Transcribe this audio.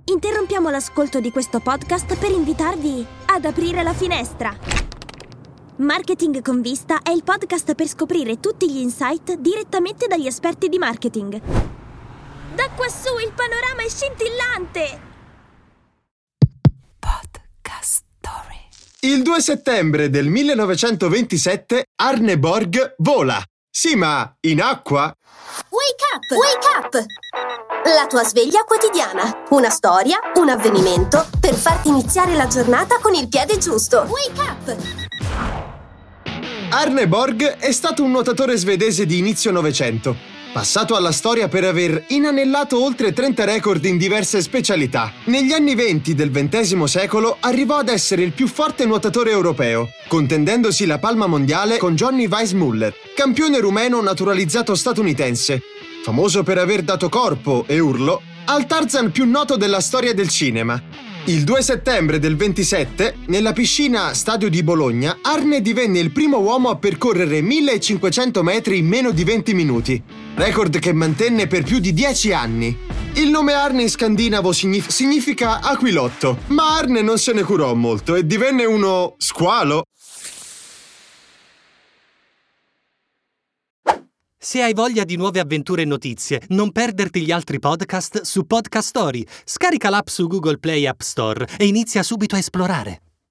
Interrompiamo l'ascolto di questo podcast per invitarvi ad aprire la finestra. Marketing con Vista è il podcast per scoprire tutti gli insight direttamente dagli esperti di marketing. Da quassù il panorama è scintillante! Podcast Story. Il 2 settembre del 1927 Arne Borg vola. Sì, ma in acqua? Wake up! La tua sveglia quotidiana. Una storia, un avvenimento per farti iniziare la giornata con il piede giusto. Wake up! Arne Borg è stato un nuotatore svedese di inizio Novecento, passato alla storia per aver inanellato oltre 30 record in diverse specialità. Negli anni 20 del XX secolo arrivò ad essere il più forte nuotatore europeo, contendendosi la palma mondiale con Johnny Weissmuller, campione rumeno naturalizzato statunitense, famoso per aver dato corpo e urlo al Tarzan più noto della storia del cinema. Il 2 settembre del 27, nella piscina Stadio di Bologna, Arne divenne il primo uomo a percorrere 1500 metri in meno di 20 minuti, record che mantenne per più di 10 anni. Il nome Arne in scandinavo significa aquilotto, ma Arne non se ne curò molto e divenne uno squalo. Se hai voglia di nuove avventure e notizie, non perderti gli altri podcast su Podcast Story. Scarica l'app su Google Play App Store e inizia subito a esplorare.